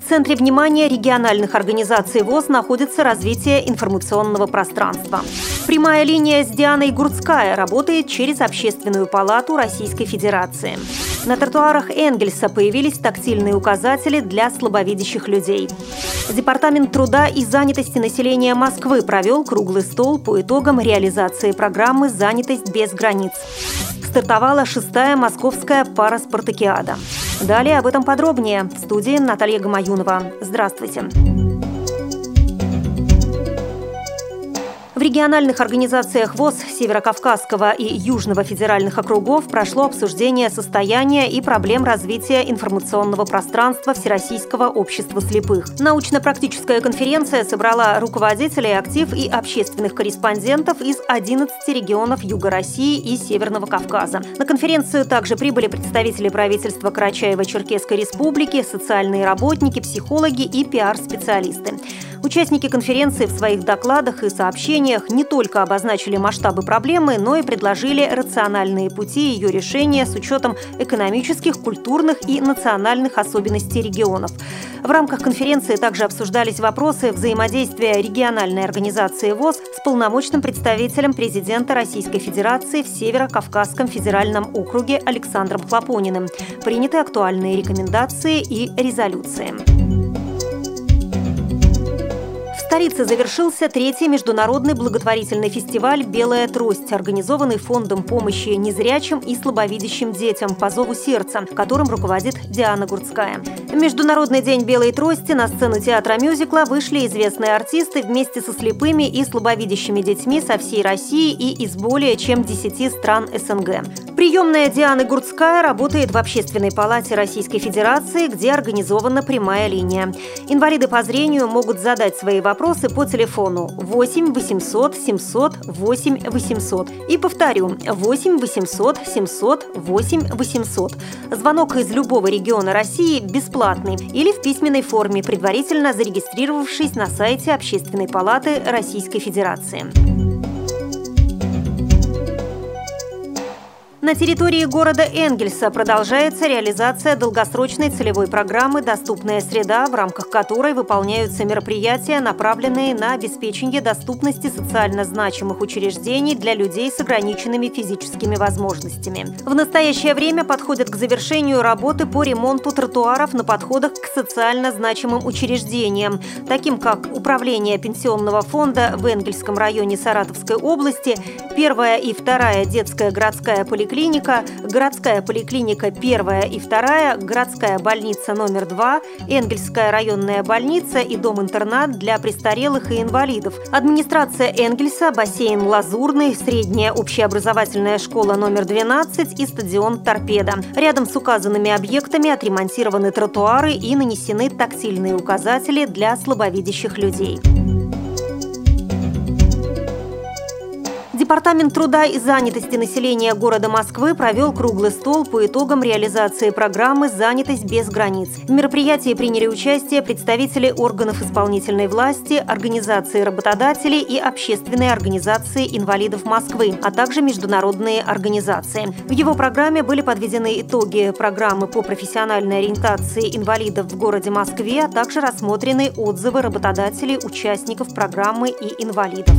центре внимания региональных организаций ВОС находится развитие информационного пространства. Прямая линия с Дианой Гурцкая работает через Общественную палату Российской Федерации. На тротуарах Энгельса появились тактильные указатели для слабовидящих людей. Департамент труда и занятости населения Москвы провел круглый стол по итогам реализации программы «Занятость без границ». Стартовала 6-я московская параспартакиада. Далее об этом подробнее. В студии Наталья Гамаюнова. Здравствуйте. В региональных организациях ВОС Северо-Кавказского и Южного федеральных округов прошло обсуждение состояния и проблем развития информационного пространства Всероссийского общества слепых. Научно-практическая конференция собрала руководителей, актив и общественных корреспондентов из 11 регионов Юга России и Северного Кавказа. На конференцию также прибыли представители правительства Карачаево-Черкесской республики, социальные работники, психологи и пиар-специалисты. Участники конференции в своих докладах и сообщениях не только обозначили масштабы проблемы, но и предложили рациональные пути ее решения с учетом экономических, культурных и национальных особенностей регионов. В рамках конференции также обсуждались вопросы взаимодействия региональной организации ВОС с полномочным представителем президента Российской Федерации в Северо-Кавказском федеральном округе Александром Хлопониным. Приняты актуальные рекомендации и резолюции. В столице завершился 3-й международный благотворительный фестиваль «Белая трость», организованный Фондом помощи незрячим и слабовидящим детям по зову сердца, которым руководит Диана Гурцкая. В Международный день «Белой трости» на сцену театра-мюзикла вышли известные артисты вместе со слепыми и слабовидящими детьми со всей России и из более чем 10 стран СНГ. Приемная Дианы Гурцкая работает в Общественной палате Российской Федерации, где организована прямая линия. Инвалиды по зрению могут задать свои вопросы по телефону 8 800 700 8 800. И повторю, 8 800 700 8 800. Звонок из любого региона России бесплатный или в письменной форме, предварительно зарегистрировавшись на сайте Общественной палаты Российской Федерации. На территории города Энгельса продолжается реализация долгосрочной целевой программы «Доступная среда», в рамках которой выполняются мероприятия, направленные на обеспечение доступности социально значимых учреждений для людей с ограниченными физическими возможностями. В настоящее время подходят к завершению работы по ремонту тротуаров на подходах к социально значимым учреждениям, таким как Управление пенсионного фонда в Энгельсском районе Саратовской области, 1-я и 2-я детская городская поликлиника, городская поликлиника 1-я и 2-я, городская больница номер 2, Энгельсская районная больница и дом-интернат для престарелых и инвалидов, администрация Энгельса, бассейн «Лазурный», средняя общеобразовательная школа номер 12 и стадион «Торпеда». Рядом с указанными объектами отремонтированы тротуары и нанесены тактильные указатели для слабовидящих людей. Департамент труда и занятости населения города Москвы провел круглый стол по итогам реализации программы «Занятость без границ». В мероприятии приняли участие представители органов исполнительной власти, организации работодателей и общественной организации инвалидов Москвы, а также международные организации. В его программе были подведены итоги программы по профессиональной ориентации инвалидов в городе Москве, а также рассмотрены отзывы работодателей, участников программы и инвалидов.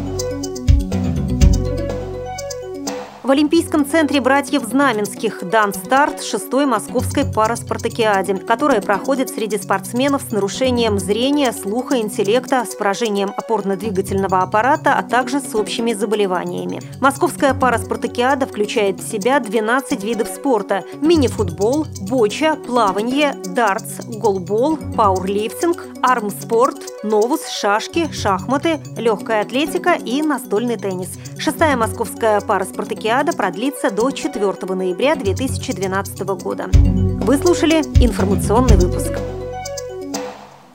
В Олимпийском центре братьев Знаменских дан старт 6-й московской параспартакиаде, которая проходит среди спортсменов с нарушением зрения, слуха, интеллекта, с поражением опорно-двигательного аппарата, а также с общими заболеваниями. Московская параспартакиада включает в себя 12 видов спорта – мини-футбол, боча, плавание, дартс, голбол, пауэрлифтинг, армспорт, новус, шашки, шахматы, легкая атлетика и настольный теннис. 6-я московская параспартакиада продлится до 4 ноября 2012 года. Вы слушали информационный выпуск.